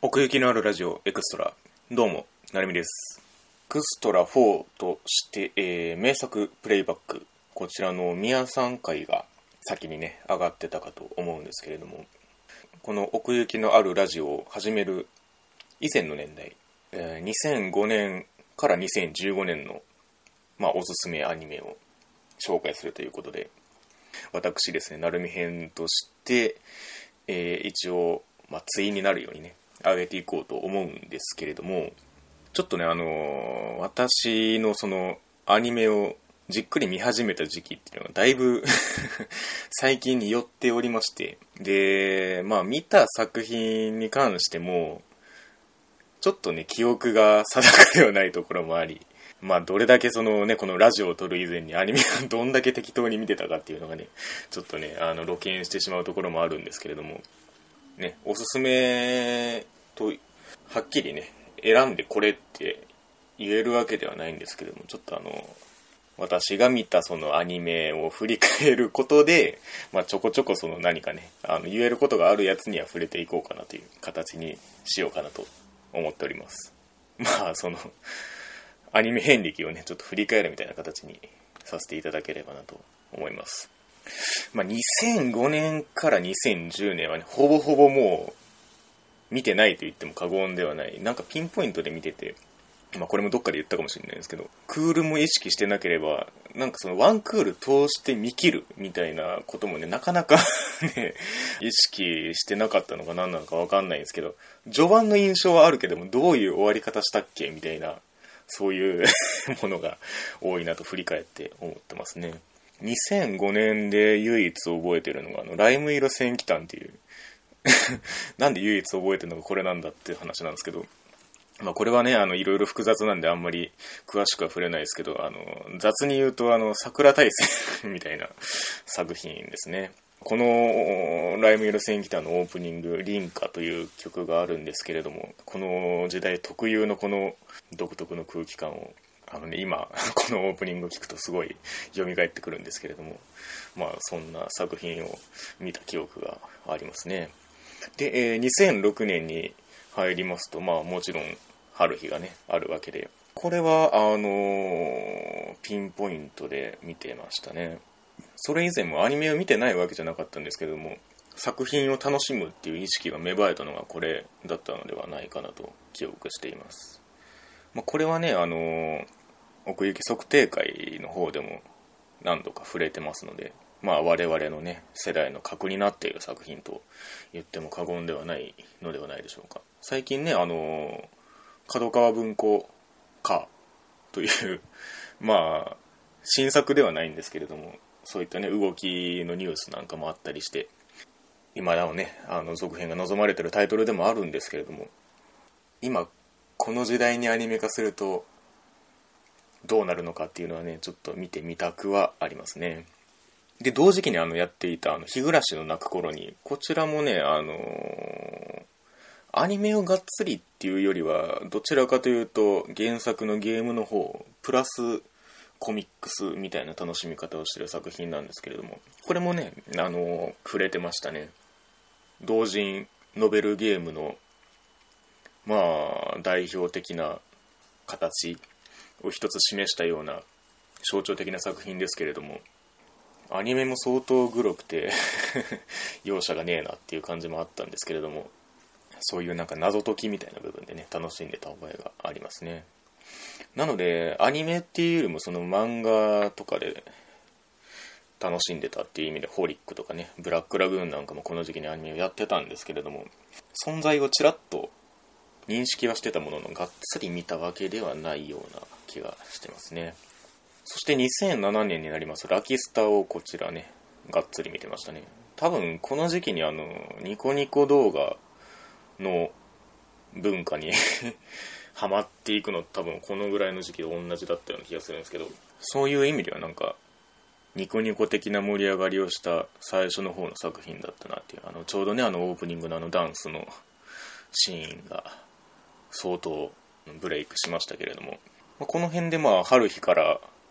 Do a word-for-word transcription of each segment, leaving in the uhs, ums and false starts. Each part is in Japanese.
奥行きのあるラジオエクストラ。どうもなるみです。エクストラフォーとして、えー、名作プレイバック、こちらの宮さん回が先にね上がってたかと思うんですけれども、この奥行きのあるラジオを始める以前の年代、えー、にせんごねんからにせんじゅうごねんの、まあ、おすすめアニメを紹介するということで、私ですね、なるみ編として、えー、一応、まあ、対になるようにね上げていこうと思うんですけれども、ちょっとねあのー、私のそのアニメをじっくり見始めた時期っていうのがだいぶ最近に寄っておりまして、でまあ見た作品に関してもちょっとね記憶が定かではないところもあり、まあどれだけそのねこのラジオを撮る以前にアニメをどんだけ適当に見てたかっていうのがねちょっとねあの露見してしまうところもあるんですけれどもね、おすすめとはっきりね選んでこれって言えるわけではないんですけれども、ちょっとあの私が見たそのアニメを振り返ることで、まあ、ちょこちょこその何かねあの言えることがあるやつには触れていこうかなという形にしようかなと思っております。まあそのアニメ遍歴をねちょっと振り返るみたいな形にさせていただければなと思います。まあ、にせんごねんからにせんじゅうねんはねほぼほぼもう見てないと言っても過言ではない、なんかピンポイントで見てて、まあこれもどっかで言ったかもしれないですけど、クールも意識してなければなんかそのワンクール通して見切るみたいなこともねなかなかね意識してなかったのか何なのか分かんないんですけど、序盤の印象はあるけどもどういう終わり方したっけみたいな、そういうものが多いなと振り返って思ってますね。にせんごねんで唯一覚えてるのがあのライム色戦記譚っていうなんで唯一覚えてるのがこれなんだっていう話なんですけど、まあこれはねあのいろいろ複雑なんであんまり詳しくは触れないですけど、あの雑に言うとあの桜大戦みたいな作品ですね。このライム色戦記譚のオープニングリンカという曲があるんですけれども、この時代特有のこの独特の空気感をあのね、今このオープニングを聞くとすごい蘇ってくるんですけれども、まあそんな作品を見た記憶がありますね。で、えー、にせんろくねんに入りますと、まあもちろん春日がねあるわけで、これはあのー、ピンポイントで見てましたね。それ以前もアニメを見てないわけじゃなかったんですけども、作品を楽しむっていう意識が芽生えたのがこれだったのではないかなと記憶しています。まあ、これはねあのー奥行き測定会の方でも何度か触れてますので、まあ我々のね世代の核になっている作品と言っても過言ではないのではないでしょうか。最近ねあの角川文庫化というまあ新作ではないんですけれども、そういったね動きのニュースなんかもあったりして、今なおねあの続編が望まれているタイトルでもあるんですけれども、今この時代にアニメ化するとどうなるのかっていうのはねちょっと見てみたくはありますね。で同時期にあのやっていたあの日暮らしの泣く頃に、こちらもねあのー、アニメをがっつりっていうよりはどちらかというと原作のゲームの方プラスコミックスみたいな楽しみ方をしている作品なんですけれども、これもねあのー、触れてましたね。同人ノベルゲームのまあ代表的な形を一つ示したような象徴的な作品ですけれども、アニメも相当グロくて容赦がねえなっていう感じもあったんですけれども、そういうなんか謎解きみたいな部分でね楽しんでた覚えがありますね。なのでアニメっていうよりもその漫画とかで楽しんでたっていう意味で、ホリックとかねブラックラグーンなんかもこの時期にアニメをやってたんですけれども、存在をちらっと認識はしてたもののがっつり見たわけではないような気がしてますね。そしてにせんななねんになりますラキスタをこちらねがっつり見てましたね。多分この時期にあのニコニコ動画の文化にハマっていくの多分このぐらいの時期で同じだったような気がするんですけど、そういう意味ではなんかニコニコ的な盛り上がりをした最初の方の作品だったなっていう、あのちょうどねあのオープニングのあのダンスのシーンが相当ブレイクしましたけれども、この辺でまあ春日から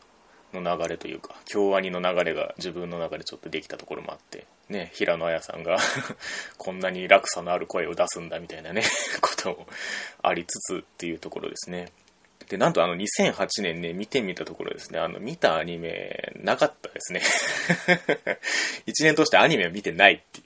の流れというか、京アニの流れが自分の中でちょっとできたところもあってね、平野綾さんがこんなに落差のある声を出すんだみたいなねこともありつつっていうところですね。で、なんとあのにせんはちねんね、見てみたところですね、あの見たアニメなかったですね一年通してアニメを見てないっていう、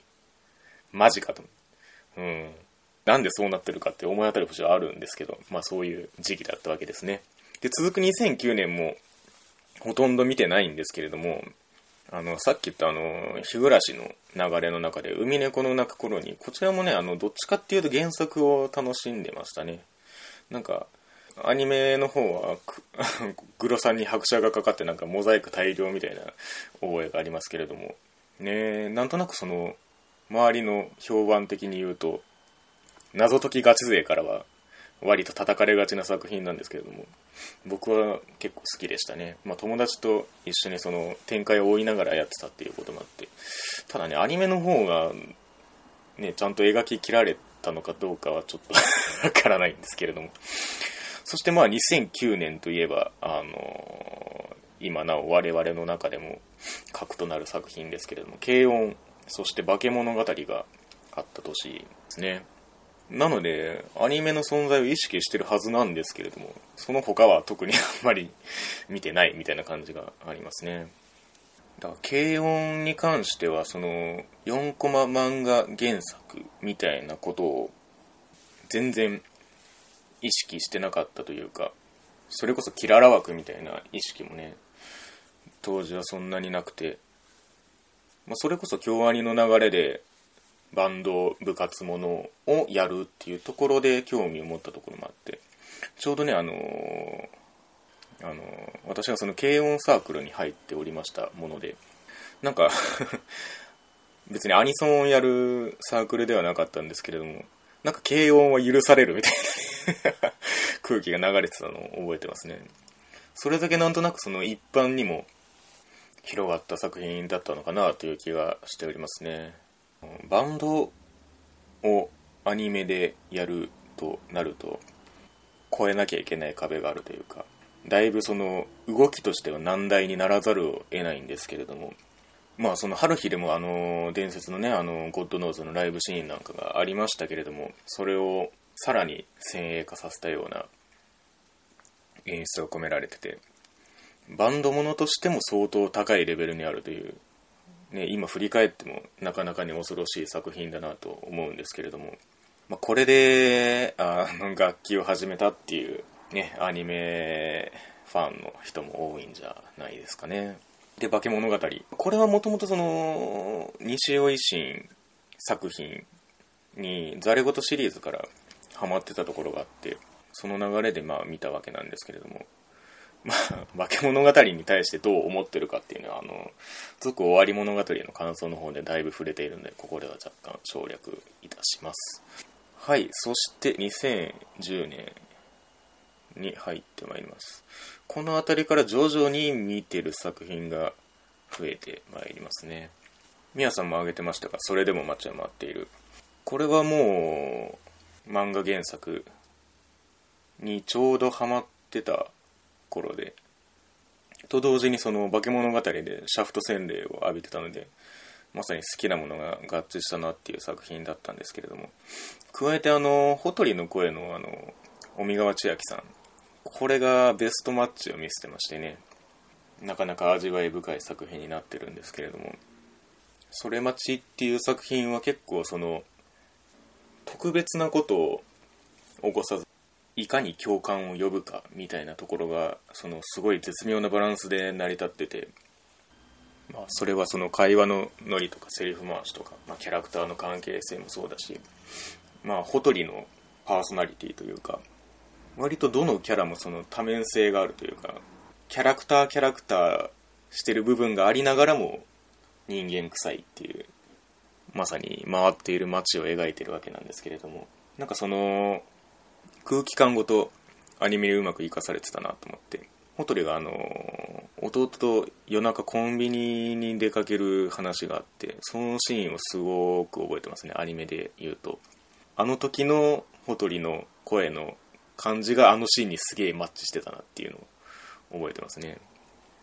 マジかと。うん、なんでそうなってるかって思い当たる節はあるんですけど、まあそういう時期だったわけですね。で、続くにせんきゅうねんもほとんど見てないんですけれども、あのさっき言ったあの日暮らしの流れの中で海猫の鳴く頃に、こちらもね、あのどっちかっていうと原作を楽しんでましたね。なんかアニメの方はグロさんに拍車がかかってなんかモザイク大量みたいな覚えがありますけれどもね、なんとなくその周りの評判的に言うと謎解きガチ勢からは割と叩かれがちな作品なんですけれども、僕は結構好きでしたね。まあ友達と一緒にその展開を追いながらやってたっていうこともあって、ただね、アニメの方がねちゃんと描き切られたのかどうかはちょっとわからないんですけれども、そしてまあにせんきゅうねんといえば、あのー、今なお我々の中でも核となる作品ですけれども、軽音、そして化け物語があった年ですね。なのでアニメの存在を意識してるはずなんですけれども、その他は特にあんまり見てないみたいな感じがありますね。だから軽音に関してはそのよんコマ漫画原作みたいなことを全然意識してなかったというか、それこそキララ枠みたいな意識もね当時はそんなになくて、まあ、それこそ京アニの流れでバンド部活ものをやるっていうところで興味を持ったところもあって、ちょうどねあのー、あのー、私がその軽音サークルに入っておりましたもので、なんか別にアニソンをやるサークルではなかったんですけれども、なんか軽音は許されるみたいな空気が流れてたのを覚えてますね。それだけなんとなくその一般にも広がった作品だったのかなという気がしておりますね。バンドをアニメでやるとなると越えなきゃいけない壁があるというか、だいぶその動きとしては難題にならざるを得ないんですけれども、まあその春日でもあの伝説のねあのゴッドノーズのライブシーンなんかがありましたけれども、それをさらに先鋭化させたような演出が込められてて、バンドものとしても相当高いレベルにあるというね、今振り返ってもなかなかに恐ろしい作品だなと思うんですけれども、まあ、これであの楽器を始めたっていうねアニメファンの人も多いんじゃないですかね。で、化け物語、これはもともとその西尾維新作品にザレ言シリーズからハマってたところがあって、その流れでまあ見たわけなんですけれども、まあ化け物語に対してどう思ってるかっていうのはあの続終わり物語の感想の方でだいぶ触れているので、ここでは若干省略いたします。はい。そしてにせんじゅうねんに入ってまいります。この辺りから徐々に見てる作品が増えてまいりますね。みやさんも挙げてましたが、それでも街は回っている。これはもう漫画原作にちょうどハマってた頃で、と同時にその化け物語でシャフト洗礼を浴びてたので、まさに好きなものが合致したなっていう作品だったんですけれども、加えてあのほとりの声のあの尾身川千秋さん、これがベストマッチを見せてましてね、なかなか味わい深い作品になってるんですけれども、それ待ちっていう作品は結構その特別なことを起こさず、いかに共感を呼ぶかみたいなところがそのすごい絶妙なバランスで成り立ってて、まあ、それはその会話のノリとかセリフ回しとか、まあ、キャラクターの関係性もそうだし、まあほとりのパーソナリティというか、割とどのキャラもその多面性があるというか、キャラクターキャラクターしてる部分がありながらも人間臭いっていう、まさに回っている街を描いてるわけなんですけれども、なんかその空気感ごとアニメにうまく生かされてたなと思って、ほとりがあの弟と夜中コンビニに出かける話があって、そのシーンをすごく覚えてますね。アニメで言うとあの時のほとりの声の感じがあのシーンにすげえマッチしてたなっていうのを覚えてますね。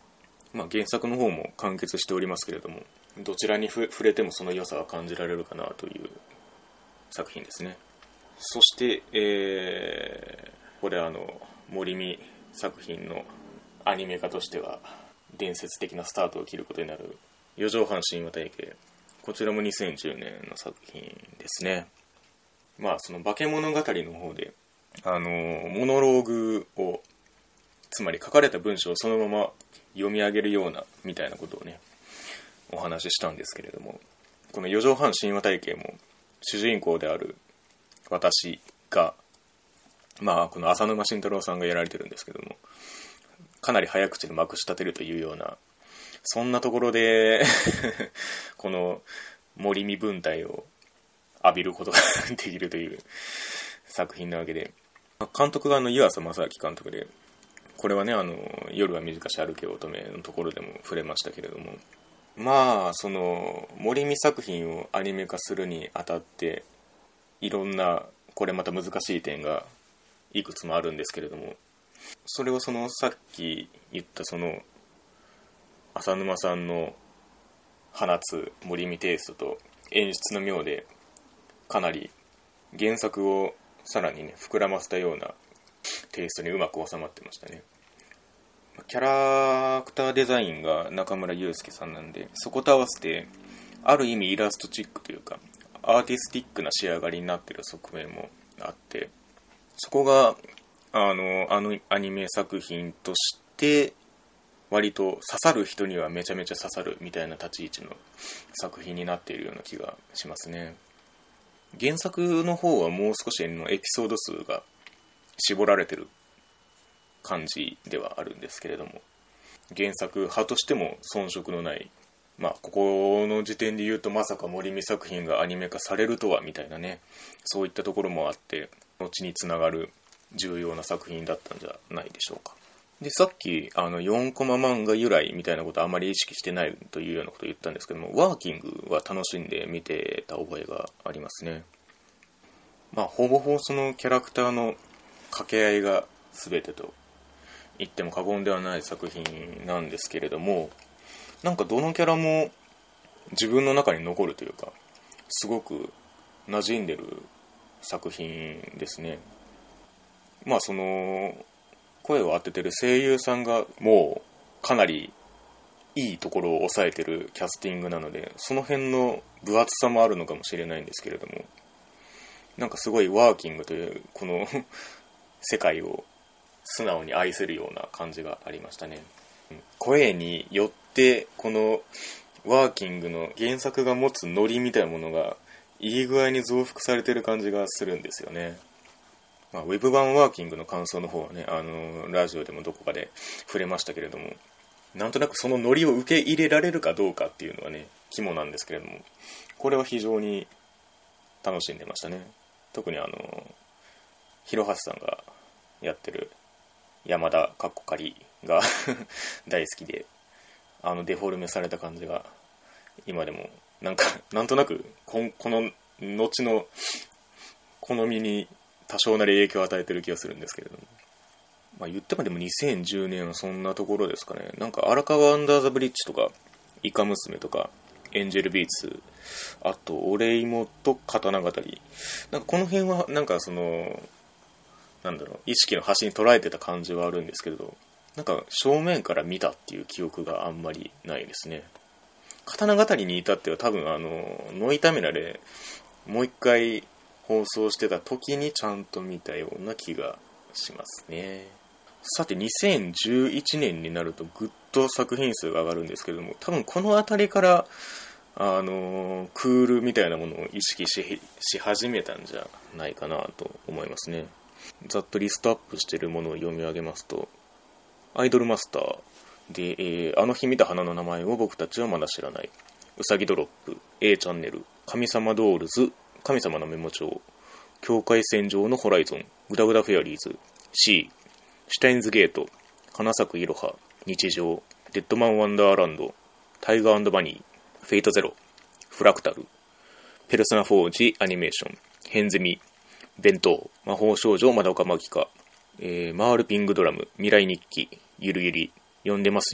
まあ、原作の方も完結しておりますけれども、どちらに触れてもその良さが感じられるかなという作品ですね。そして、えー、これあの森見作品のアニメ化としては伝説的なスタートを切ることになる四畳半神話体系、こちらもにせんじゅうねんの作品ですね。まあその化け物語の方であのモノローグを、つまり書かれた文章をそのまま読み上げるようなみたいなことをねお話ししたんですけれども、この四畳半神話体系も主人公である私が、まあこの浅沼慎太郎さんがやられてるんですけども、かなり早口でまくし立てるというような、そんなところでこの森見文体を浴びることができるという作品なわけで、監督があの湯浅正明監督で、これはねあの夜は短し歩け乙女のところでも触れましたけれども、まあその森見作品をアニメ化するにあたっていろんなこれまた難しい点がいくつもあるんですけれども、それをそのさっき言ったその浅沼さんの放つ森見テイストと演出の妙で、かなり原作をさらにね膨らませたようなテイストにうまく収まってましたね。キャラクターデザインが中村祐介さんなんで、そこと合わせてある意味イラストチックというかアーティスティックな仕上がりになっている側面もあって、そこがあのあのアニメ作品として割と刺さる人にはめちゃめちゃ刺さるみたいな立ち位置の作品になっているような気がしますね。原作の方はもう少しのエピソード数が絞られてる感じではあるんですけれども、原作派としても遜色のない、まあここの時点で言うとまさか森見作品がアニメ化されるとはみたいなね、そういったところもあって後につながる重要な作品だったんじゃないでしょうか。でさっきあのよんコマ漫画由来みたいなことはあまり意識してないというようなことを言ったんですけども、ワーキングは楽しんで見てた覚えがありますね。まあほぼほぼそのキャラクターの掛け合いが全てと言っても過言ではない作品なんですけれども、なんかどのキャラも自分の中に残るというかすごく馴染んでる作品ですね。まあその声を当ててる声優さんがもうかなりいいところを抑えてるキャスティングなので、その辺の分厚さもあるのかもしれないんですけれども、なんかすごいワーキングというこの世界を素直に愛せるような感じがありましたね。声によってこのワーキングの原作が持つノリみたいなものがいい具合に増幅されてる感じがするんですよね。まあ、ウェブ版ワーキングの感想の方はね、あのラジオでもどこかで触れましたけれども、なんとなくそのノリを受け入れられるかどうかっていうのはね肝なんですけれども、これは非常に楽しんでましたね。特にあの広橋さんがやってる山田かっこかりが大好きで、あのデフォルメされた感じが今でもなんかなんとなくここの後の好みに多少なり影響を与えてる気がするんですけれども、まあ言ってもでもにせんじゅうねんはそんなところですかね。なんか荒川アンダーザブリッジとかイカ娘とかエンジェルビーツ、あとオレイモと刀語り、なんかこの辺はなんかそのなんだろう意識の端に捉えてた感じはあるんですけれど、なんか正面から見たっていう記憶があんまりないですね。刀語りに至っては多分あのノイタミナでもう一回放送してた時にちゃんと見たような気がしますね。さてにせんじゅういちねんになるとぐっと作品数が上がるんですけれども、多分この辺りからあのクールみたいなものを意識 し, し始めたんじゃないかなと思いますね。ざっとリストアップしているものを読み上げますと、アイドルマスターで、えー、あの日見た花の名前を僕たちはまだ知らない、うさぎドロップ、 A チャンネル、神様ドールズ、神様のメモ帳、境界線上のホライゾン、グダグダフェアリーズ、 C、 シュタインズゲート、花咲くいろは、日常、デッドマンワンダーランド、タイガー&バニー、フェイトゼロ、フラクタル、ペルソナフォー ジアニメーション、ヘンゼミ、弁当、魔法少女まだ岡マギカ、えー、マールピングドラム、未来日記、ゆるゆり、読んでますよ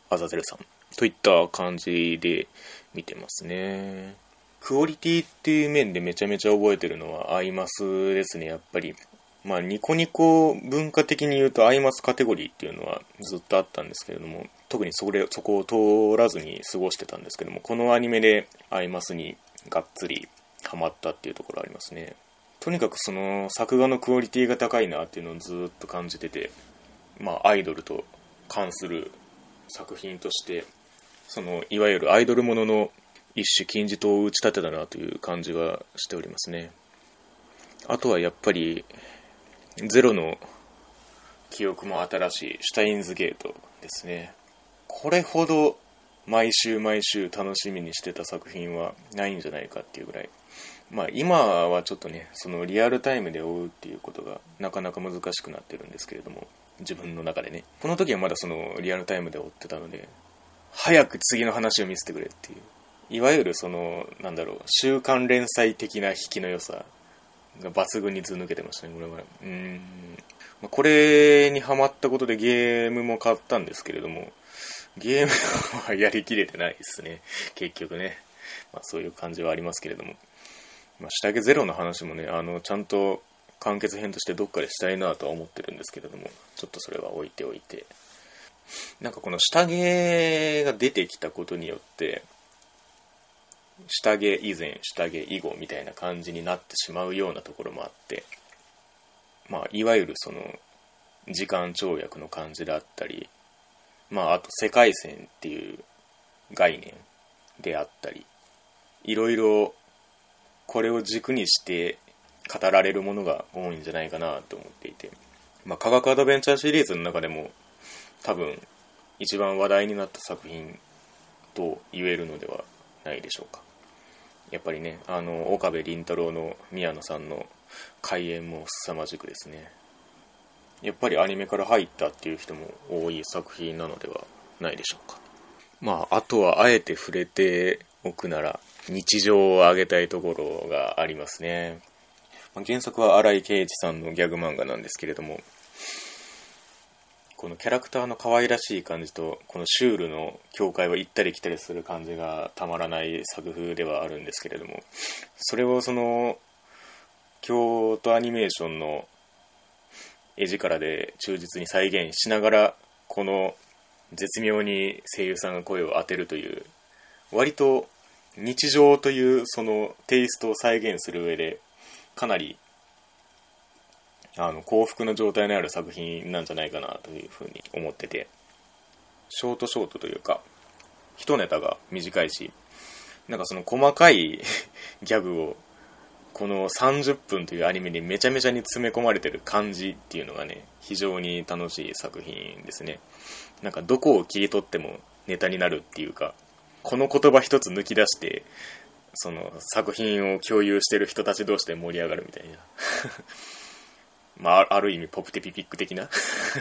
アザゼルさんといった感じで見てますね。クオリティっていう面でめちゃめちゃ覚えてるのはアイマスですね。やっぱりまあニコニコ文化的に言うとアイマスカテゴリーっていうのはずっとあったんですけれども、特にそれそこを通らずに過ごしてたんですけども、このアニメでアイマスにがっつりハマったっていうところありますね。とにかくその作画のクオリティが高いなっていうのをずっと感じてて、まあアイドルと関する作品としてそのいわゆるアイドルものの一種金字塔を打ち立てたなという感じがしておりますね。あとはやっぱりゼロの記憶も新しいシュタインズゲートですね。これほど毎週毎週楽しみにしてた作品はないんじゃないかっていうぐらい、まあ今はちょっとねそのリアルタイムで追うっていうことがなかなか難しくなってるんですけれども、自分の中でねこの時はまだそのリアルタイムで追ってたので、早く次の話を見せてくれっていう、いわゆるそのなんだろう週刊連載的な引きの良さが抜群に図抜けてましたね。これはうーんこれにハマったことでゲームも買ったんですけれども、ゲームはやりきれてないですね結局ね。まあそういう感じはありますけれども、まあ、下着ゼロの話もねあのちゃんと完結編としてどっかでしたいなとは思ってるんですけれども、ちょっとそれは置いておいて、なんかこの下着が出てきたことによって下着以前下着以後みたいな感じになってしまうようなところもあって、まあいわゆるその時間跳躍の感じであったり、まああと世界線っていう概念であったり、いろいろこれを軸にして語られるものが多いんじゃないかなと思っていて、まあ科学アドベンチャーシリーズの中でも多分一番話題になった作品と言えるのではないでしょうか。やっぱりねあの岡部倫太郎の宮野さんの開演も凄まじくですね、やっぱりアニメから入ったっていう人も多い作品なのではないでしょうか。まああとはあえて触れておくなら日常を挙げたいところがありますね。原作は荒井圭一さんのギャグ漫画なんですけれども、このキャラクターの可愛らしい感じとこのシュールの境界を行ったり来たりする感じがたまらない作風ではあるんですけれども、それをその京都アニメーションの絵力で忠実に再現しながら、この絶妙に声優さんが声を当てるという割と日常というそのテイストを再現する上でかなりあの幸福な状態のある作品なんじゃないかなというふうに思ってて、ショートショートというか一ネタが短いし、なんかその細かいギャグをこのさんじゅっぷんというアニメにめちゃめちゃに詰め込まれてる感じっていうのがね非常に楽しい作品ですね。なんかどこを切り取ってもネタになるっていうか、この言葉一つ抜き出してその作品を共有してる人たち同士で盛り上がるみたいなまあある意味ポプテピピック的な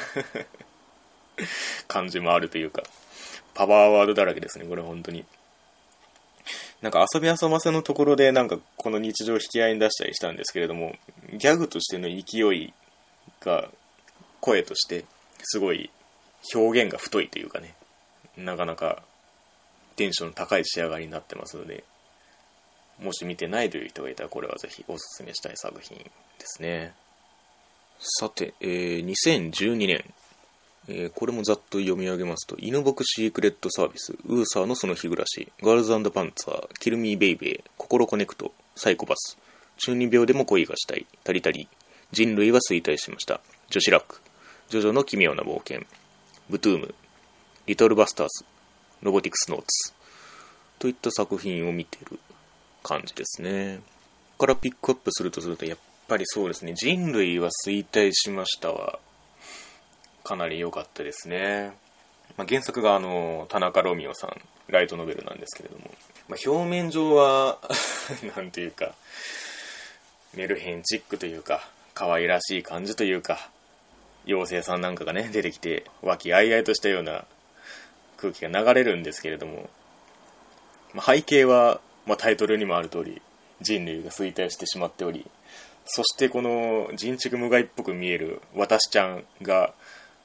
感じもあるというか、パワーワードだらけですねこれ本当に。なんか遊び遊ばせのところでなんかこの日常を引き合いに出したりしたんですけれども、ギャグとしての勢いが声としてすごい表現が太いというかね、なかなかテンション高い仕上がりになってますので、もし見てないという人がいたらこれはぜひおすすめしたい作品ですね。さて、えー、にせんじゅうにねん、えー、これもざっと読み上げますと、犬牧シークレットサービス、ウーサーのその日暮らし、ガールズ&パンツァー、キルミーベイベー、心コネクト、サイコパス、中二病でも恋がしたい、タリタリ、人類は衰退しました、女子ラック、ジョジョの奇妙な冒険、ブトゥーム、リトルバスターズ、ロボティクスノーツといった作品を見てる感じですね。ここからピックアップするとするとやっぱりそうですね、人類は衰退しましたはかなり良かったですね。まあ、原作があの田中ロミオさんライトノベルなんですけれども、まあ、表面上はなんていうかメルヘンチックというか可愛らしい感じというか、妖精さんなんかがね出てきて和気あいあいとしたような空気が流れるんですけれども、まあ、背景は、まあ、タイトルにもある通り人類が衰退してしまっており、そしてこの人畜無害っぽく見える私ちゃんが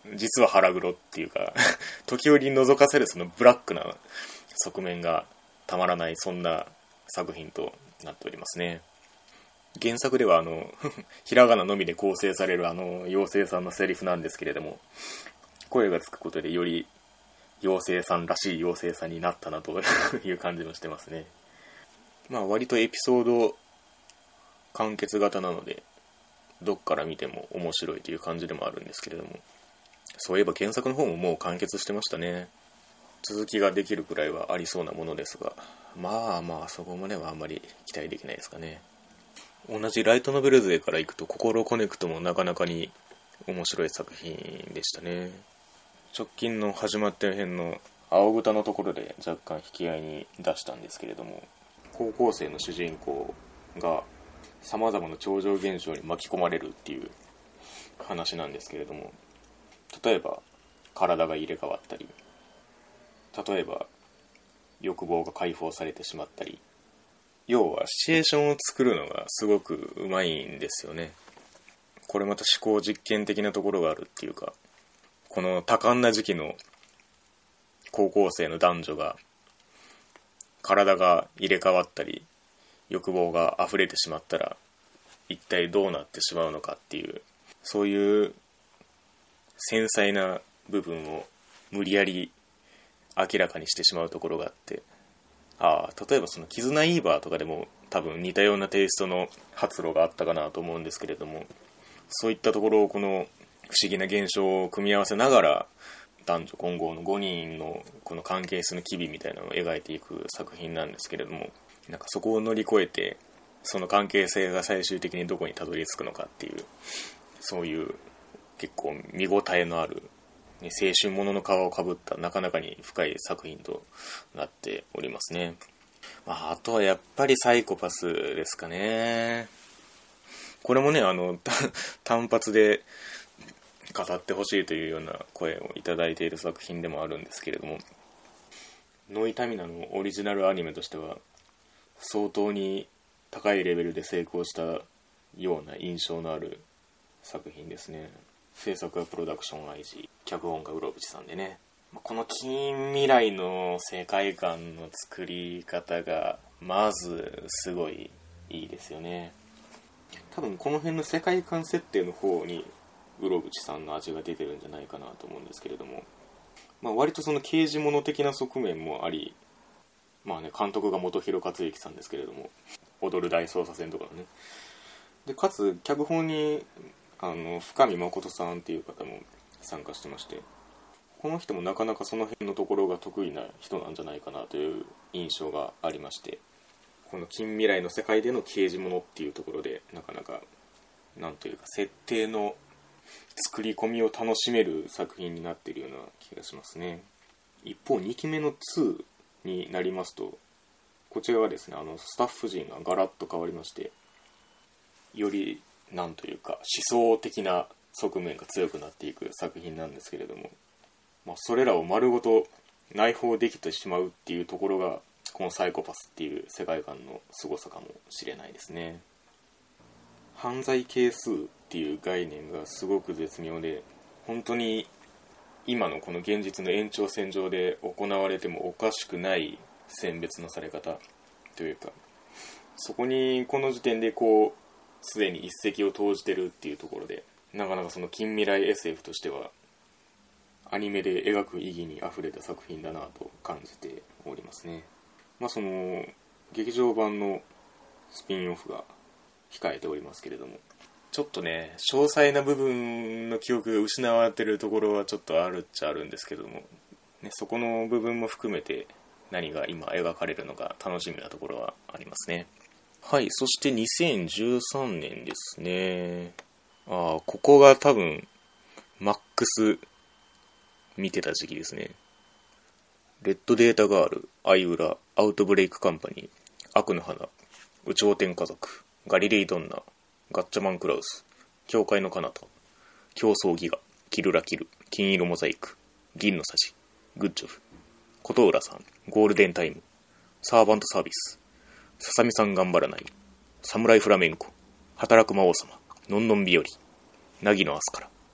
実は腹黒っていうか時折覗かせるそのブラックな側面がたまらない、そんな作品となっておりますね。原作ではあのひらがなのみで構成されるあの妖精さんのセリフなんですけれども、声がつくことでより妖精さんらしい妖精さんになったなという感じもしてますね。まあ割とエピソード完結型なのでどっから見ても面白いという感じでもあるんですけれども、そういえば原作の方ももう完結してましたね。続きができるくらいはありそうなものですが、まあまあそこまではあんまり期待できないですかね。同じライトノベル勢からいくと心コネクトもなかなかに面白い作品でしたね。直近の始まった編の青豚のところで若干引き合いに出したんですけれども、高校生の主人公が様々な超常現象に巻き込まれるっていう話なんですけれども、例えば体が入れ替わったり、例えば欲望が解放されてしまったり、要はシチュエーションを作るのがすごくうまいんですよね。これまた思考実験的なところがあるっていうか、この多感な時期の高校生の男女が体が入れ替わったり欲望が溢れてしまったら一体どうなってしまうのかっていう、そういう繊細な部分を無理やり明らかにしてしまうところがあって、ああ、例えばそのキズナイーバーとかでも多分似たようなテイストの発露があったかなと思うんですけれども、そういったところをこの不思議な現象を組み合わせながら男女混合のごにんのこの関係性の機微みたいなのを描いていく作品なんですけれども、なんかそこを乗り越えてその関係性が最終的にどこにたどり着くのかっていう、そういう結構見応えのある青春ものの皮をかぶったなかなかに深い作品となっておりますね。まあ、あとはやっぱりサイコパスですかね。これもね、あの単発で語ってほしいというような声をいただいている作品でもあるんですけれども、ノイタミナのオリジナルアニメとしては相当に高いレベルで成功したような印象のある作品ですね。制作はプロダクション アイジー、 脚本がうろぶちさんでね、この近未来の世界観の作り方がまずすごいいいですよね。多分この辺の世界観設定の方にうろぶちさんの味が出てるんじゃないかなと思うんですけれども、まあ、割とその刑事物的な側面もあり、まあね、監督が本広克行さんですけれども、踊る大捜査線とかのね、でかつ脚本にあの深見誠さんっていう方も参加してまして、この人もなかなかその辺のところが得意な人なんじゃないかなという印象がありまして、この近未来の世界での刑事物っていうところでなかなかなんというか設定の作り込みを楽しめる作品になっているような気がしますね。一方にきめのにになりますと、こちらはですね、あのスタッフ陣がガラッと変わりまして、よりなんというか思想的な側面が強くなっていく作品なんですけれども、まあ、それらを丸ごと内包できてしまうっていうところがこのサイコパスっていう世界観の凄さかもしれないですね。犯罪係数っていう概念がすごく絶妙で、本当に今のこの現実の延長線上で行われてもおかしくない選別のされ方というか、そこにこの時点でこうすでに一石を投じてるっていうところで、なかなかその近未来 エスエフ としてはアニメで描く意義にあふれた作品だなと感じておりますね。まあその劇場版のスピンオフが控えておりますけれども、ちょっとね詳細な部分の記憶が失われてるところはちょっとあるっちゃあるんですけども、ね、そこの部分も含めて何が今描かれるのか楽しみなところはありますね。はい、そしてにせんじゅうさんねんですね。ああ、ここが多分マックス見てた時期ですね。レッドデータガール、アイウラ、アウトブレイクカンパニー、悪の花、有頂天家族、ガリレイドンナ、ガッチャマンクラウス、教会の彼方、競争ギガ、キルラキル、金色モザイク、銀のさじ、グッジョフ、琴浦さん、ゴールデンタイム、サーバントサービス、ささみさん頑張らない、サムライフラメンコ、働く魔王様、のんのん日和、凪のアスカラ、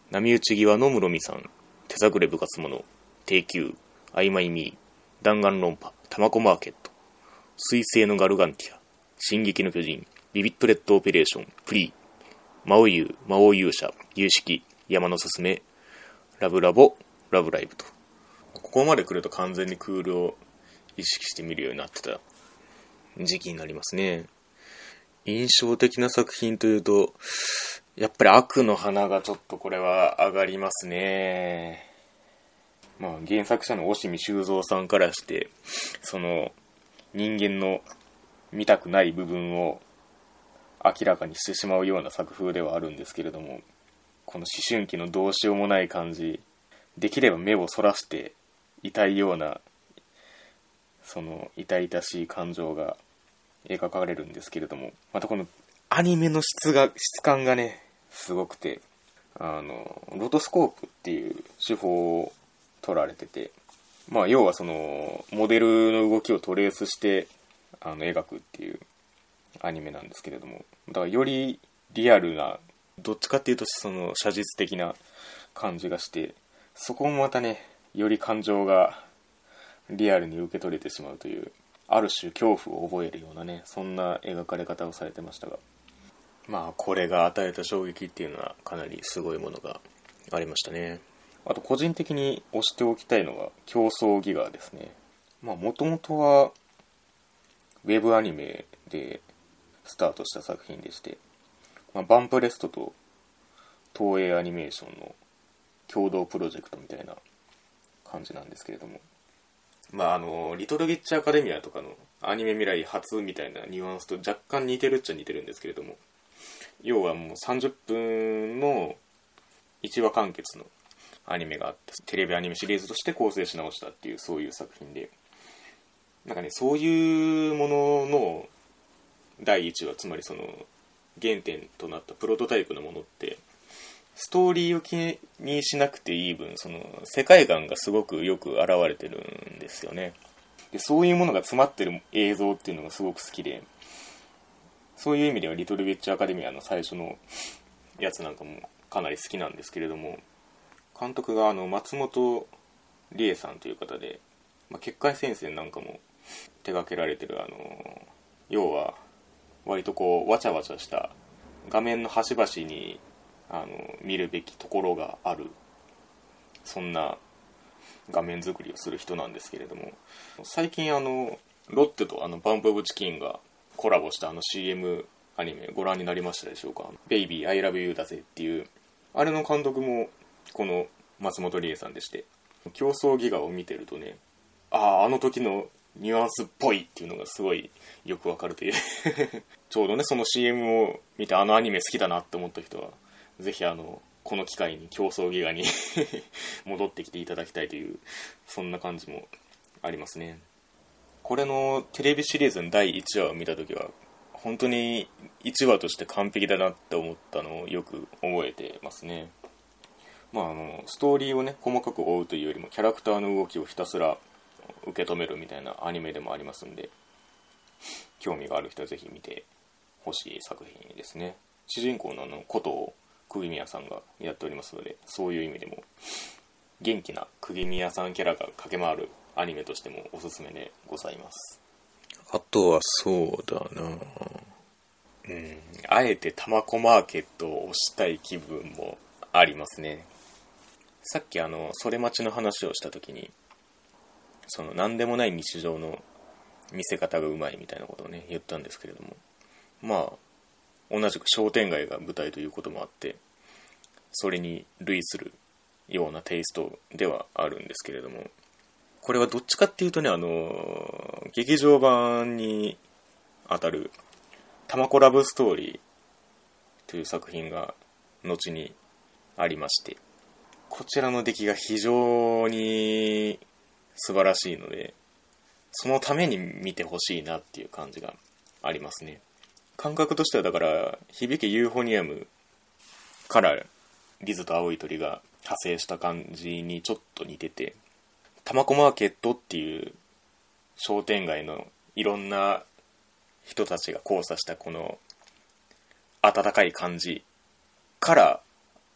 波打ち際の室見さん、手探れ部活者、定休、曖昧ミー、弾丸論破、タマコマーケット、水星のガルガンティア、進撃の巨人、ビビットレッドオペレーション、プリー、魔王優、魔王勇者、有識、山のすすめ、ラブラボ、ラブライブと。ここまで来ると完全にクールを意識して見るようになってた時期になりますね。印象的な作品というと、やっぱり悪の花がちょっとこれは上がりますね。まあ原作者の押見修造さんからして、その人間の見たくない部分を明らかにしてしまうような作風ではあるんですけれども、この思春期のどうしようもない感じ、できれば目をそらして痛いような、その痛々しい感情が描かれるんですけれども、またこのアニメの質が質感がねすごくて、あのロトスコープっていう手法を取られてて、まあ要はそのモデルの動きをトレースしてあの描くっていうアニメなんですけれども、だからよりリアルな、どっちかっていうとその写実的な感じがして、そこもまたねより感情がリアルに受け取れてしまうという、ある種恐怖を覚えるようなね、そんな描かれ方をされてましたが、まあこれが与えた衝撃っていうのはかなりすごいものがありましたね。あと個人的に推しておきたいのが競争ギガですね。まあもともとはウェブアニメでスタートした作品でして、まあ、バンプレストと東映アニメーションの共同プロジェクトみたいな感じなんですけれども、まああのリトルウィッチアカデミアとかのアニメ未来初みたいなニュアンスと若干似てるっちゃ似てるんですけれども、要はもうさんじゅっぷんのいちわ完結のアニメがあって、テレビアニメシリーズとして構成し直したっていう、そういう作品で、なんかねそういうもののだいいちわ、つまりその原点となったプロトタイプのものってストーリーを気にしなくていい分、その世界観がすごくよく現れてるんですよね。でそういうものが詰まってる映像っていうのがすごく好きで、そういう意味ではリトルウィッチアカデミアの最初のやつなんかもかなり好きなんですけれども、監督があの松本理恵さんという方で、まあ、結界戦線なんかも手掛けられてる、あの要は割とこうわちゃわちゃした画面の端々にあの見るべきところがある、そんな画面作りをする人なんですけれども、最近あのロッテとあのバンプオブチキンがコラボしたあの シーエム アニメご覧になりましたでしょうか。ベイビー I love you だぜっていう、あれの監督もこの松本理恵さんでして、競争ギガを見てるとね、あああの時のニュアンスっぽいっていうのがすごいよくわかるというちょうどねその シーエム を見てあのアニメ好きだなって思った人はぜひあのこの機会に競争ギガに戻ってきていただきたいという、そんな感じもありますね。これのテレビシリーズのだいいちわを見たときは本当にいちわとして完璧だなって思ったのをよく覚えてますね。まああのストーリーをね細かく追うというよりもキャラクターの動きをひたすら受け止めるみたいなアニメでもありますんで、興味がある人はぜひ見てほしい作品ですね。主人公のあのことを釘宮さんがやっておりますので、そういう意味でも元気な釘宮さんキャラが駆け回るアニメとしてもおすすめでございます。あとはそうだな、うん、あえてタマコマーケットを推したい気分もありますね。さっきあのそれ待ちの話をした時に、その何でもない日常の見せ方がうまいみたいなことをね言ったんですけれども、まあ同じく商店街が舞台ということもあって、それに類するようなテイストではあるんですけれども、これはどっちかっていうとね、あの劇場版にあたるタマコラブストーリーという作品が後にありまして、こちらの出来が非常に素晴らしいので、そのために見てほしいなっていう感じがありますね。感覚としてはだから響けユーフォニアムからリズと青い鳥が派生した感じにちょっと似てて、タマコマーケットっていう商店街のいろんな人たちが交差したこの温かい感じから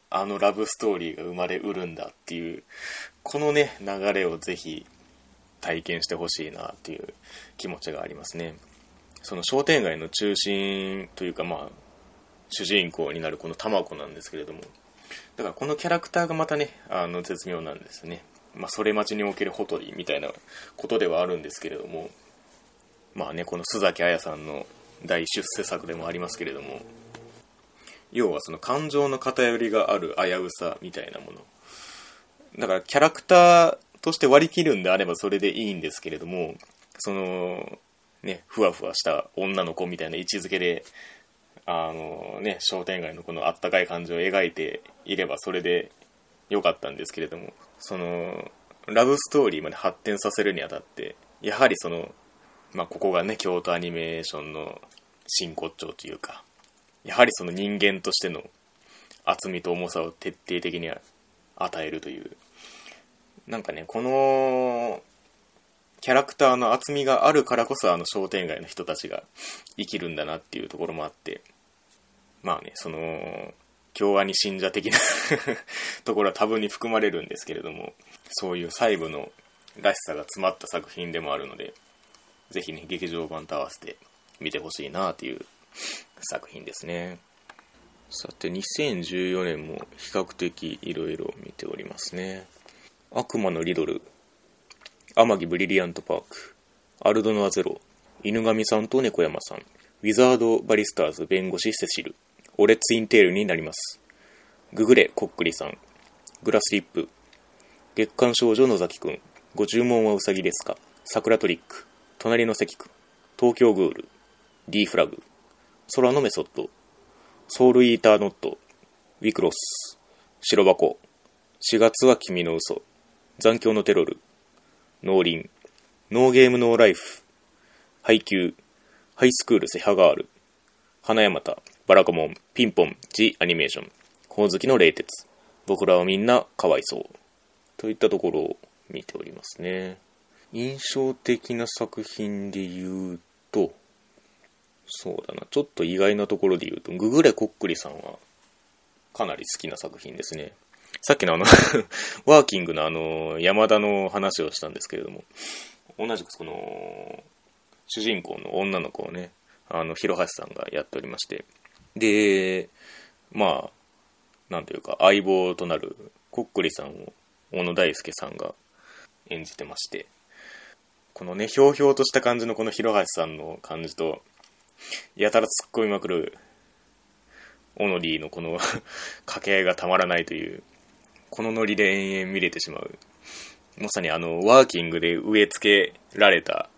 あのラブストーリーが生まれうるんだっていう、このね流れをぜひ体験してほしいなっていう気持ちがありますね。その商店街の中心というか、まあ主人公になるこの玉子なんですけれども、だからこのキャラクターがまたね、あの絶妙なんですね。まあそれ待ちにおけるほとりみたいなことではあるんですけれども、まあね、この須崎彩さんの大出世作でもありますけれども、要はその感情の偏りがある危うさみたいなものだから、キャラクターとして割り切るんであればそれでいいんですけれども、そのねふわふわした女の子みたいな位置づけで、あのね商店街のこのあったかい感じを描いていればそれでよかったんですけれども、そのラブストーリーまで発展させるにあたって、やはりそのまあここがね京都アニメーションの真骨頂というか、やはりその人間としての厚みと重さを徹底的に与えるという、なんかねこのキャラクターの厚みがあるからこそあの商店街の人たちが生きるんだなっていうところもあって、まあねその京アニ信者的なところは多分に含まれるんですけれども、そういう細部のらしさが詰まった作品でもあるので、ぜひね劇場版と合わせて見てほしいなという作品ですね。さてにせんじゅうよねんも比較的いろいろ見ておりますね。悪魔のリドル、天城ブリリアントパーク、アルドノアゼロ、犬神さんと猫山さん、ウィザードバリスターズ弁護士セシル、俺ツインテールになります。ググレコックリさん、グラスリップ、月刊少女野崎くん、ご注文はウサギですか、桜トリック、隣の関くん、東京グール、D フラグ、空のメソッド、ソウルイーターノット、ウィクロス、白箱、しがつは君の嘘、残響のテロル、農林、ノーゲームノーライフ、配給、ハイスクールセハガール、花山田、バラコモン、ピンポン、ジアニメーション、ほおずきの冷徹、僕らはみんなかわいそうといったところを見ておりますね。印象的な作品で言うと、そうだな、ちょっと意外なところで言うと、ググレコックリさんはかなり好きな作品ですね。さっきのあのワーキングのあの山田の話をしたんですけれども、同じくこの主人公の女の子をね、あの広橋さんがやっておりまして、でまあなんというか相棒となるコックリさんを小野大輔さんが演じてまして、このねひょうひょうとした感じのこの広橋さんの感じと、やたら突っ込みまくるオノリーのこの掛け合いがたまらないという、このノリで延々見れてしまう、まさにあのワーキングで植え付けられた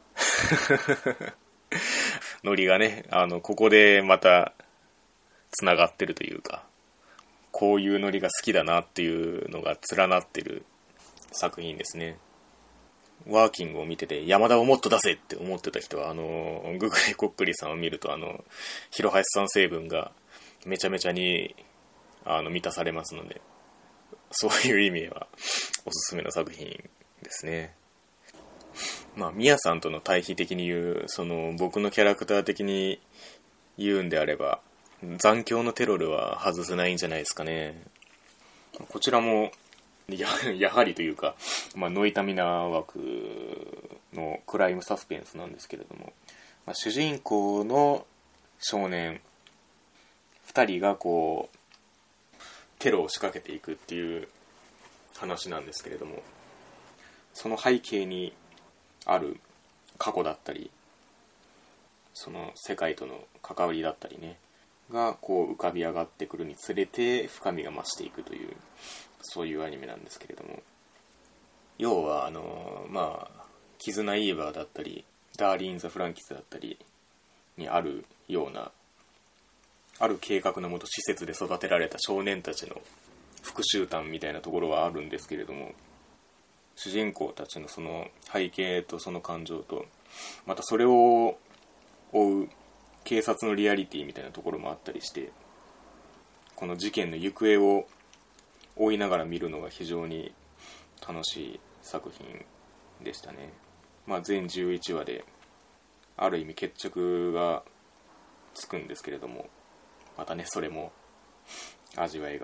ノリがね、あのここでまたつながってるというか、こういうノリが好きだなっていうのが連なってる作品ですね。ワーキングを見てて山田をもっと出せって思ってた人は、あのググレコックリさんを見ると、あの広橋さん成分がめちゃめちゃにあの満たされますので、そういう意味ではおすすめの作品ですね。まあミヤさんとの対比的に言う、その僕のキャラクター的に言うんであれば、残響のテロルは外せないんじゃないですかね。こちらも や, やはりというか、まあ、ノイタミナ枠のクライムサスペンスなんですけれども、まあ、主人公の少年ふたりがこうテロを仕掛けていくっていう話なんですけれども、その背景にある過去だったり、その世界との関わりだったりねがこう浮かび上がってくるにつれて深みが増していくという、そういうアニメなんですけれども、要はあのまあキズナ・イーバーだったりダーリン・ザ・フランキスだったりにあるような、ある計画のもと施設で育てられた少年たちの復讐譚みたいなところはあるんですけれども、主人公たちのその背景とその感情と、またそれを追う警察のリアリティみたいなところもあったりして、この事件の行方を追いながら見るのが非常に楽しい作品でしたね。まあ全じゅういちわである意味決着がつくんですけれども、またねそれも味わいが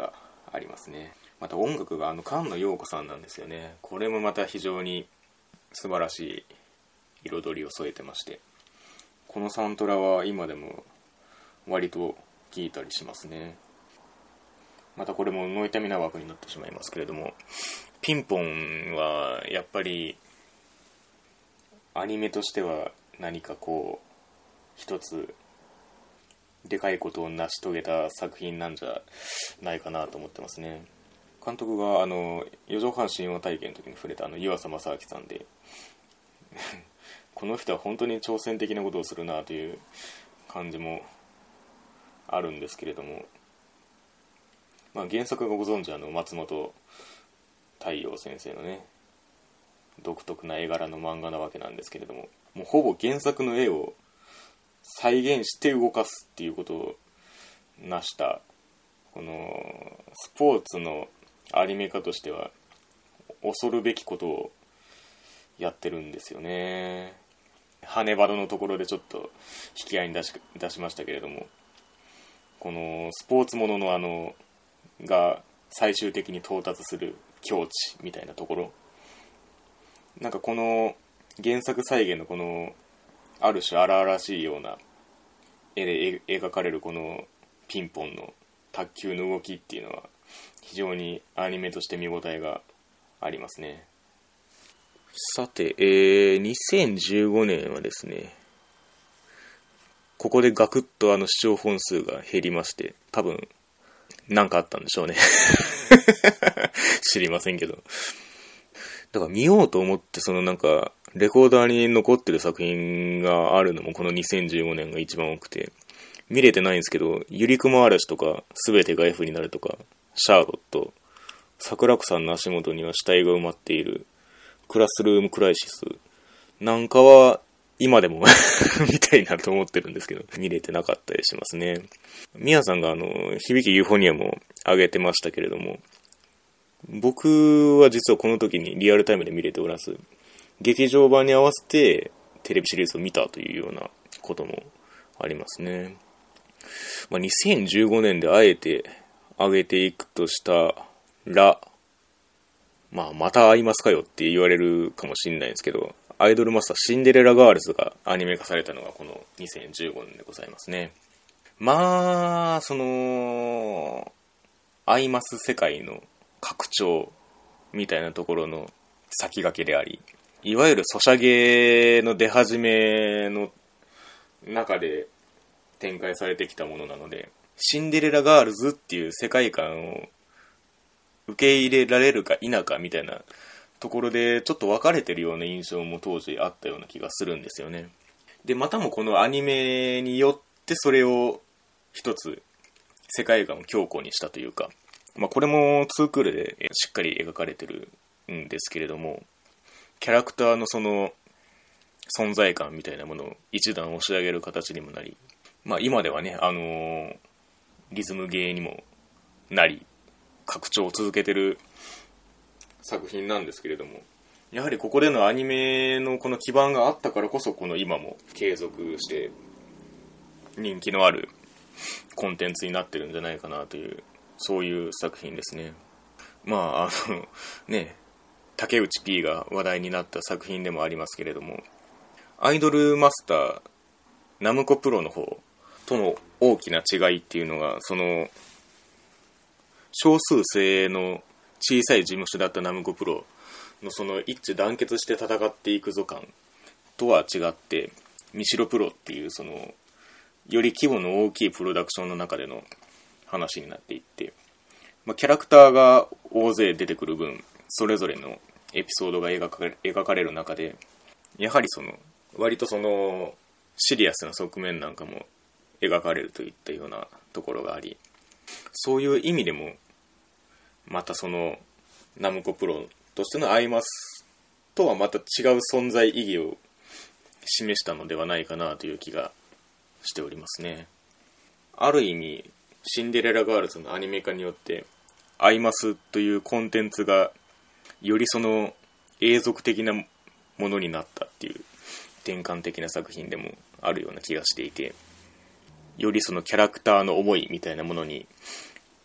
ありますね。また音楽があの菅野陽子さんなんですよね。これもまた非常に素晴らしい彩りを添えてまして、このサントラは今でも割と聴いたりしますね。またこれもノイタミナ枠になってしまいますけれども、ピンポンはやっぱりアニメとしては何かこう一つでかいことを成し遂げた作品なんじゃないかなと思ってますね。監督があの四畳半神話体験の時に触れたあの湯浅正明さんでこの人は本当に挑戦的なことをするなという感じもあるんですけれども、まあ、原作がご存知あの松本太陽先生のね独特な絵柄の漫画なわけなんですけれども、もうほぼ原作の絵を再現して動かすっていうことを成したこのスポーツのアニメ化としては恐るべきことをやってるんですよね。羽バドのところでちょっと引き合いに出し、出しましたけれども、このスポーツもののあのが最終的に到達する境地みたいなところ、なんかこの原作再現のこのある種荒々しいような絵で描かれるこのピンポンの卓球の動きっていうのは非常にアニメとして見応えがありますね。さて、えー、にせんじゅうごねんはですね、ここでガクッとあの視聴本数が減りまして、多分なんかあったんでしょうね知りませんけど、だから見ようと思ってそのなんかレコーダーに残ってる作品があるのもこのにせんじゅうごねんが一番多くて、見れてないんですけど、ゆりくも嵐とかすべてが F になるとか、シャーロット、桜子さんの足元には死体が埋まっている、クラスルームクライシスなんかは今でも見たいなと思ってるんですけど、見れてなかったりしますね。ミヤさんがあの響きユーフォニアムを上げてましたけれども、僕は実はこの時にリアルタイムで見れておらず、劇場版に合わせてテレビシリーズを見たというようなこともありますね。まあ、にせんじゅうごねんであえて上げていくとしたら、まあ、また会いますかよって言われるかもしれないんですけど、アイドルマスターシンデレラガールズがアニメ化されたのがこのにせんじゅうごねんでございますね。まあ、その、アイマス世界の拡張みたいなところの先駆けであり、いわゆるソシャゲの出始めの中で展開されてきたものなので、シンデレラガールズっていう世界観を受け入れられるか否かみたいなところでちょっと分かれてるような印象も当時あったような気がするんですよね。でまたもこのアニメによってそれを一つ世界観を強固にしたというか、まあこれもツークールでしっかり描かれてるんですけれども、キャラクターのその存在感みたいなものを一段押し上げる形にもなり、まあ今ではね、あのー、リズムゲーにもなり拡張を続けてる作品なんですけれども、やはりここでのアニメのこの基盤があったからこそ、この今も継続して人気のあるコンテンツになってるんじゃないかなという、そういう作品ですね。まああのね、竹内 P が話題になった作品でもありますけれども、アイドルマスターナムコプロの方との大きな違いっていうのが、その少数精鋭の小さい事務所だったナムコプロのその一致団結して戦っていくぞ感とは違って、ミシロプロっていうそのより規模の大きいプロダクションの中での話になっていって、まあ、キャラクターが大勢出てくる分、それぞれのエピソードが描かれ、描かれる中で、やはりその割とそのシリアスな側面なんかも描かれるといったようなところがあり、そういう意味でもまたそのナムコプロとしてのアイマスとはまた違う存在意義を示したのではないかなという気がしておりますね。ある意味シンデレラガールズのアニメ化によってアイマスというコンテンツがよりその永続的なものになったっていう転換的な作品でもあるような気がしていて、よりそのキャラクターの思いみたいなものに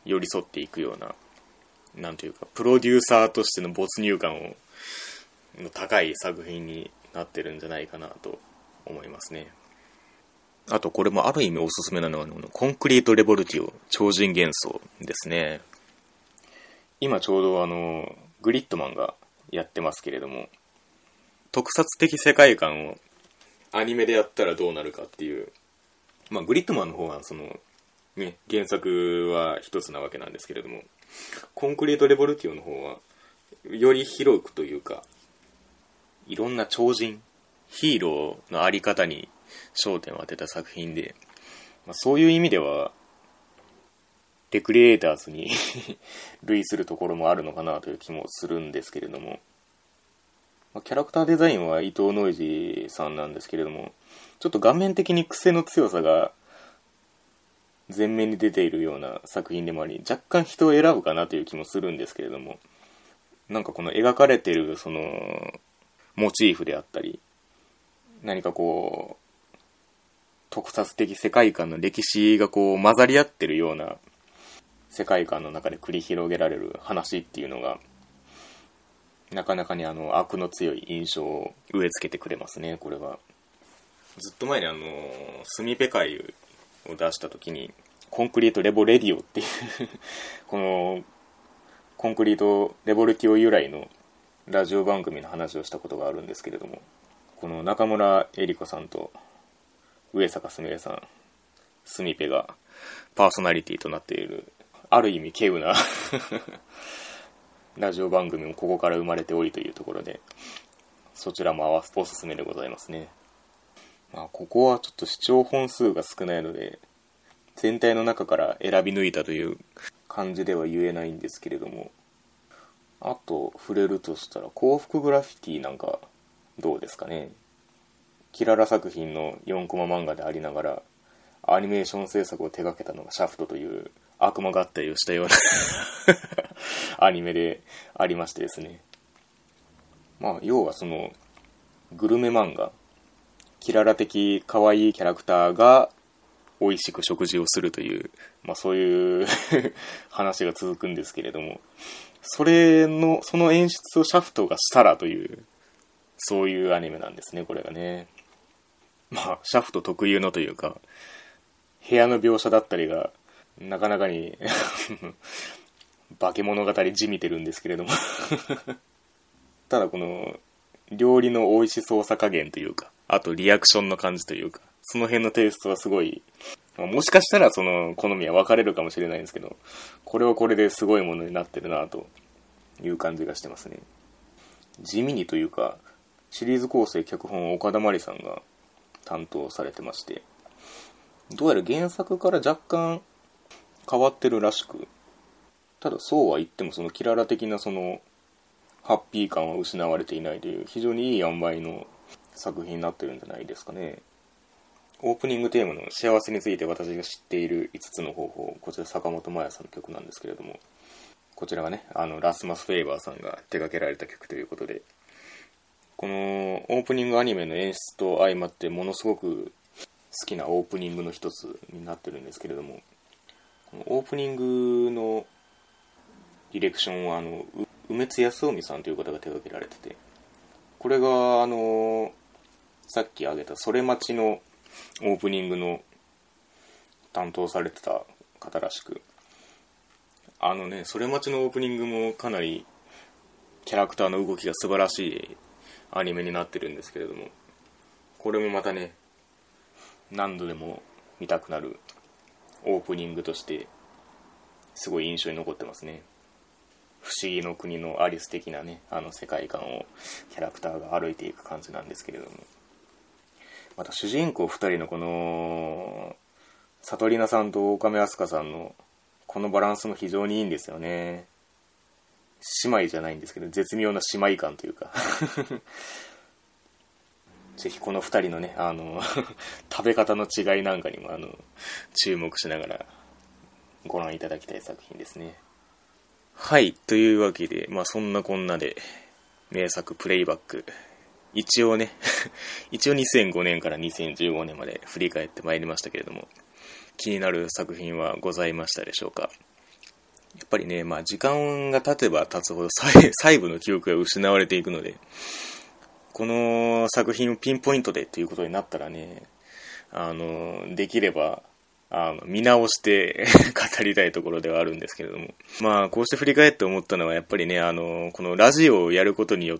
寄り添っていくような、なんというかプロデューサーとしての没入感をの高い作品になってるんじゃないかなと思いますね。あとこれもある意味おすすめなのはコンクリートレボルティオ超人幻想ですね。今ちょうどあのグリッドマンがやってますけれども、特撮的世界観をアニメでやったらどうなるかっていう、まあグリッドマンの方はそのね原作は一つなわけなんですけれども、コンクリートレボルティオの方はより広くというか、いろんな超人ヒーローのあり方に焦点を当てた作品で、まあ、そういう意味ではレクリエイターズに類するところもあるのかなという気もするんですけれども、まあ、キャラクターデザインは伊藤ノイジーさんなんですけれども、ちょっと画面的に癖の強さが前面に出ているような作品でもあり、若干人を選ぶかなという気もするんですけれども、なんかこの描かれているそのモチーフであったり、何かこう特撮的世界観の歴史がこう混ざり合ってるような世界観の中で繰り広げられる話っていうのが、なかなかにあの悪の強い印象を植え付けてくれますね。これはずっと前にあのスミペ会を出した時にコンクリートレボレディオっていうこのコンクリートレボルティオ由来のラジオ番組の話をしたことがあるんですけれども、この中村江里子さんと上坂すみれさん、スミペがパーソナリティとなっている、ある意味稀有なラジオ番組もここから生まれておりというところで、そちらも合わせおすすめでございますね。まあ、ここはちょっと視聴本数が少ないので全体の中から選び抜いたという感じでは言えないんですけれども、あと触れるとしたら幸福グラフィティなんかどうですかね。キララ作品のよんコマ漫画でありながらアニメーション制作を手掛けたのがシャフトという悪魔合体をしたようなアニメでありましてですね、まあ要はそのグルメ漫画、キララ的可愛いキャラクターが美味しく食事をするという、まあそういう話が続くんですけれども、それのその演出をシャフトがしたらという、そういうアニメなんですね、これがね。まあシャフト特有のというか、部屋の描写だったりがなかなかに化け物語じみてるんですけれどもただこの料理の美味しそうさ加減というか、あとリアクションの感じというか、その辺のテイストはすごい、もしかしたらその好みは分かれるかもしれないんですけど、これはこれですごいものになってるなという感じがしてますね。地味にというか、シリーズ構成脚本を岡田真理さんが担当されてまして、どうやら原作から若干変わってるらしく、ただそうは言ってもそのキララ的なそのハッピー感は失われていないという非常にいい塩梅の作品になってるんじゃないですかね。オープニングテーマの幸せについて私が知っているいつつの方法、こちら坂本真綾さんの曲なんですけれども、こちらがね、あのラスマス・フェイバーさんが手掛けられた曲ということで、このオープニングアニメの演出と相まってものすごく好きなオープニングの一つになってるんですけれども、このオープニングのディレクションはあの梅津康臣さんという方が手掛けられてて、これがあのさっき挙げたそれ待ちのオープニングの担当されてた方らしく、あのねそれ待ちのオープニングもかなりキャラクターの動きが素晴らしいアニメになってるんですけれども、これもまたね何度でも見たくなるオープニングとしてすごい印象に残ってますね。不思議の国のアリス的なね、あの世界観をキャラクターが歩いていく感じなんですけれども、また主人公ふたりのこの悟りなさんと岡目飛鳥さんのこのバランスも非常にいいんですよね。姉妹じゃないんですけど絶妙な姉妹感というかぜひこのふたりのねあの食べ方の違いなんかにもあの注目しながらご覧いただきたい作品ですね。はい、というわけで、まあそんなこんなで名作プレイバック、一応ね一応にせんごねんからにせんじゅうごねんまで振り返ってまいりましたけれども、気になる作品はございましたでしょうか。 やっぱりね、まあ時間が経てば経つほど細細部の記憶が失われていくので、この作品をピンポイントでということになったらね、あの、できれば、あの、見直して語りたいところではあるんですけれども。まあ、こうして振り返って思ったのは、やっぱりね、あの、このラジオをやることによって、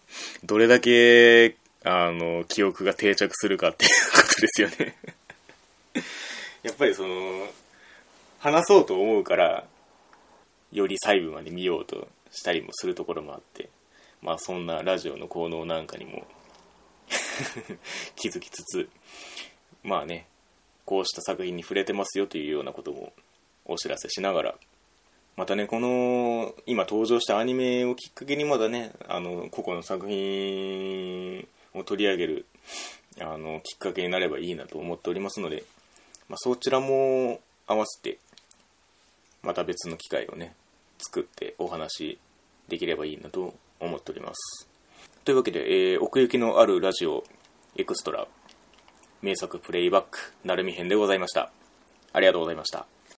どれだけ、あの、記憶が定着するかっていうことですよね。やっぱりその、話そうと思うから、より細部まで見ようとしたりもするところもあって、まあそんなラジオの効能なんかにも気づきつつ、まあね、こうした作品に触れてますよというようなこともお知らせしながら、またね、この今登場したアニメをきっかけにまだね、あの個々の作品を取り上げるあのきっかけになればいいなと思っておりますので、まあ、そちらも合わせてまた別の機会をね作ってお話できればいいなと思っております。というわけで、えー、奥行きのあるラジオエクストラ名作プレイバックなるみ編でございました。ありがとうございました。